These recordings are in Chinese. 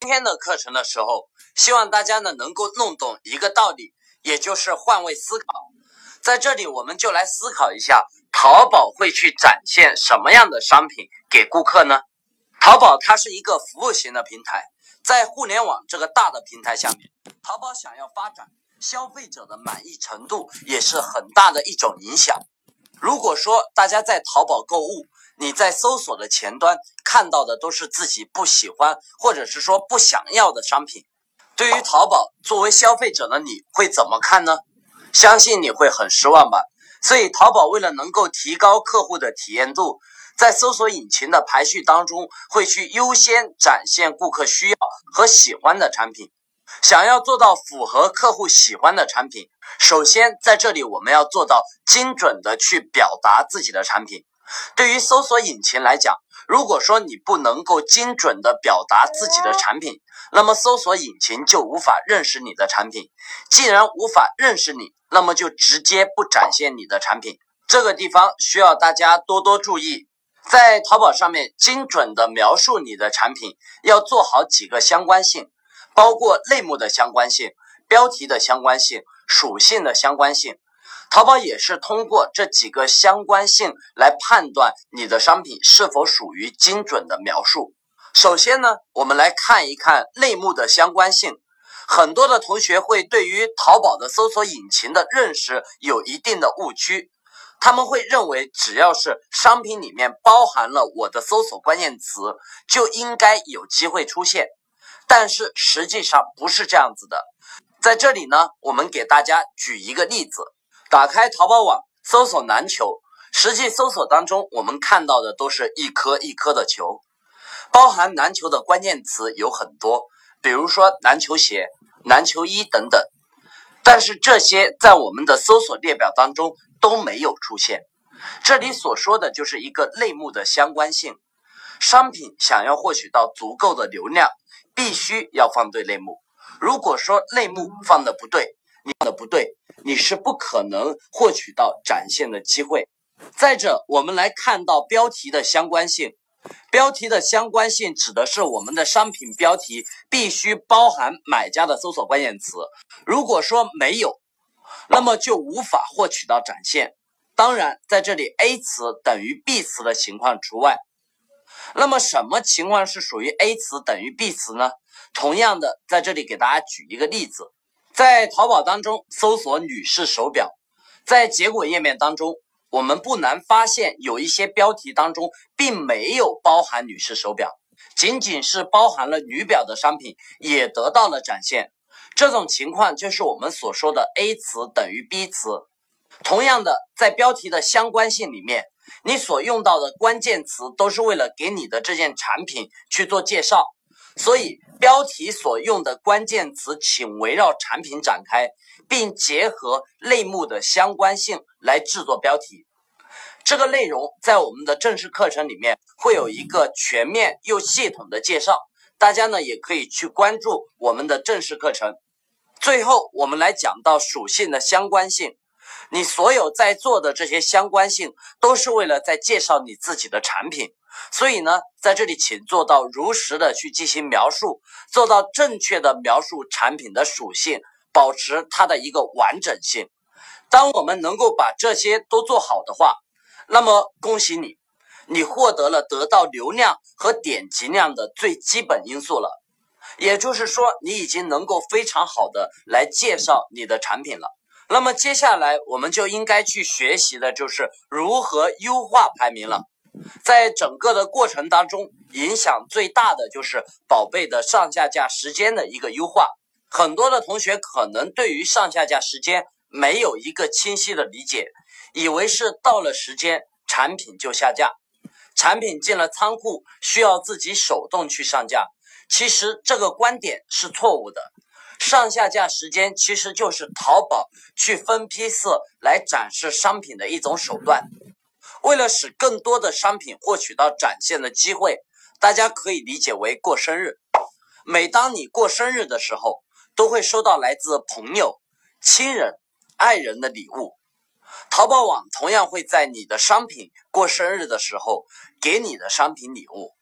天的课程的时候，希望大家呢能够弄懂一个道理，也就是换位思考。在这里我们就来思考一下，淘宝会去展现什么样的商品给顾客呢？淘宝它是一个服务型的平台，在互联网这个大的平台下面，淘宝想要发展，消费者的满意程度也是很大的一种影响。如果说大家在淘宝购物，你在搜索的前端看到的都是自己不喜欢或者是说不想要的商品，对于淘宝作为消费者的你会怎么看呢？相信你会很失望吧。所以淘宝为了能够提高客户的体验度，在搜索引擎的排序当中会去优先展现顾客需要和喜欢的产品。想要做到符合客户喜欢的产品，首先在这里我们要做到精准的去表达自己的产品。对于搜索引擎来讲，如果说你不能够精准的表达自己的产品，那么搜索引擎就无法认识你的产品。既然无法认识你，那么就直接不展现你的产品。这个地方需要大家多多注意。在淘宝上面精准的描述你的产品，要做好几个相关性，包括类目的相关性、标题的相关性、属性的相关性。淘宝也是通过这几个相关性来判断你的商品是否属于精准的描述。首先呢，我们来看一看类目的相关性。很多的同学会对于淘宝的搜索引擎的认识有一定的误区，他们会认为只要是商品里面包含了我的搜索关键词，就应该有机会出现。但是实际上不是这样子的。在这里呢，我们给大家举一个例子。打开淘宝网搜索篮球，实际搜索当中我们看到的都是一颗一颗的球，包含篮球的关键词有很多，比如说篮球鞋、篮球衣等等，但是这些在我们的搜索列表当中都没有出现。这里所说的就是一个类目的相关性。商品想要获取到足够的流量，必须要放对类目。如果说类目放的不对，你是不可能获取到展现的机会。再者，我们来看到标题的相关性。标题的相关性指的是我们的商品标题必须包含买家的搜索关键词，如果说没有，那么就无法获取到展现。当然，在这里 A 词等于 B 词的情况除外。那么什么情况是属于 A 词等于 B 词呢？同样的，在这里给大家举一个例子。在淘宝当中搜索女士手表，在结果页面当中，我们不难发现有一些标题当中并没有包含女士手表，仅仅是包含了女表的商品也得到了展现。这种情况就是我们所说的 A 词等于 B 词。同样的，在标题的相关性里面，你所用到的关键词都是为了给你的这件产品去做介绍，所以标题所用的关键词请围绕产品展开，并结合类目的相关性来制作标题。这个内容在我们的正式课程里面会有一个全面又系统的介绍，大家呢也可以去关注我们的正式课程。最后我们来讲到属性的相关性。你所有在做的这些相关性都是为了在介绍你自己的产品，所以呢，在这里请做到如实的去进行描述，做到正确的描述产品的属性，保持它的一个完整性。当我们能够把这些都做好的话，那么恭喜你，你获得了得到流量和点击量的最基本因素了。也就是说，你已经能够非常好的来介绍你的产品了。那么接下来我们就应该去学习的就是如何优化排名了。在整个的过程当中，影响最大的就是宝贝的上下架时间的一个优化。很多的同学可能对于上下架时间没有一个清晰的理解，以为是到了时间产品就下架，产品进了仓库需要自己手动去上架。其实这个观点是错误的。上下架时间其实就是淘宝去分批次来展示商品的一种手段。为了使更多的商品获取到展现的机会，大家可以理解为过生日。每当你过生日的时候，都会收到来自朋友、亲人、爱人的礼物。淘宝网同样会在你的商品过生日的时候给你的商品礼物。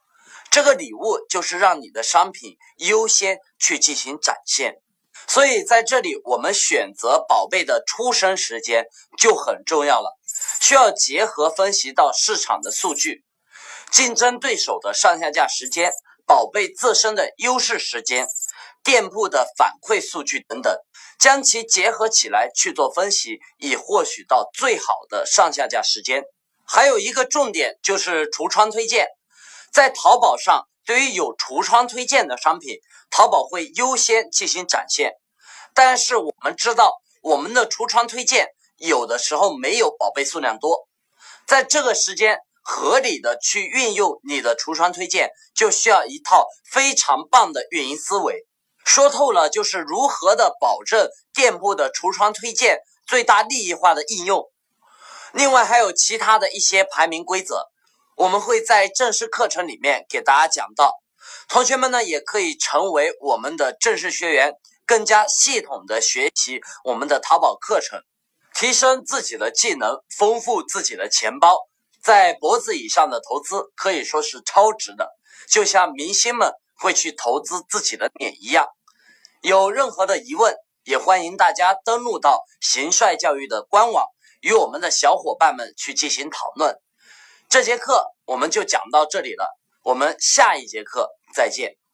这个礼物就是让你的商品优先去进行展现。所以在这里我们选择宝贝的出生时间就很重要了，需要结合分析到市场的数据、竞争对手的上下架时间、宝贝自身的优势时间、店铺的反馈数据等等，将其结合起来去做分析，以获取到最好的上下架时间。还有一个重点就是橱窗推荐，在淘宝上对于有橱窗推荐的商品，淘宝会优先进行展现。但是我们知道我们的橱窗推荐有的时候没有宝贝数量多，在这个时间合理的去运用你的橱窗推荐，就需要一套非常棒的运营思维。说透了就是如何的保证店铺的橱窗推荐最大利益化的应用。另外还有其他的一些排名规则，我们会在正式课程里面给大家讲到。同学们呢也可以成为我们的正式学员，更加系统的学习我们的淘宝课程，提升自己的技能，丰富自己的钱包。在脖子以上的投资可以说是超值的，就像明星们会去投资自己的脸一样。有任何的疑问，也欢迎大家登录到形帅教育的官网，与我们的小伙伴们去进行讨论。这节课我们就讲到这里了，我们下一节课再见。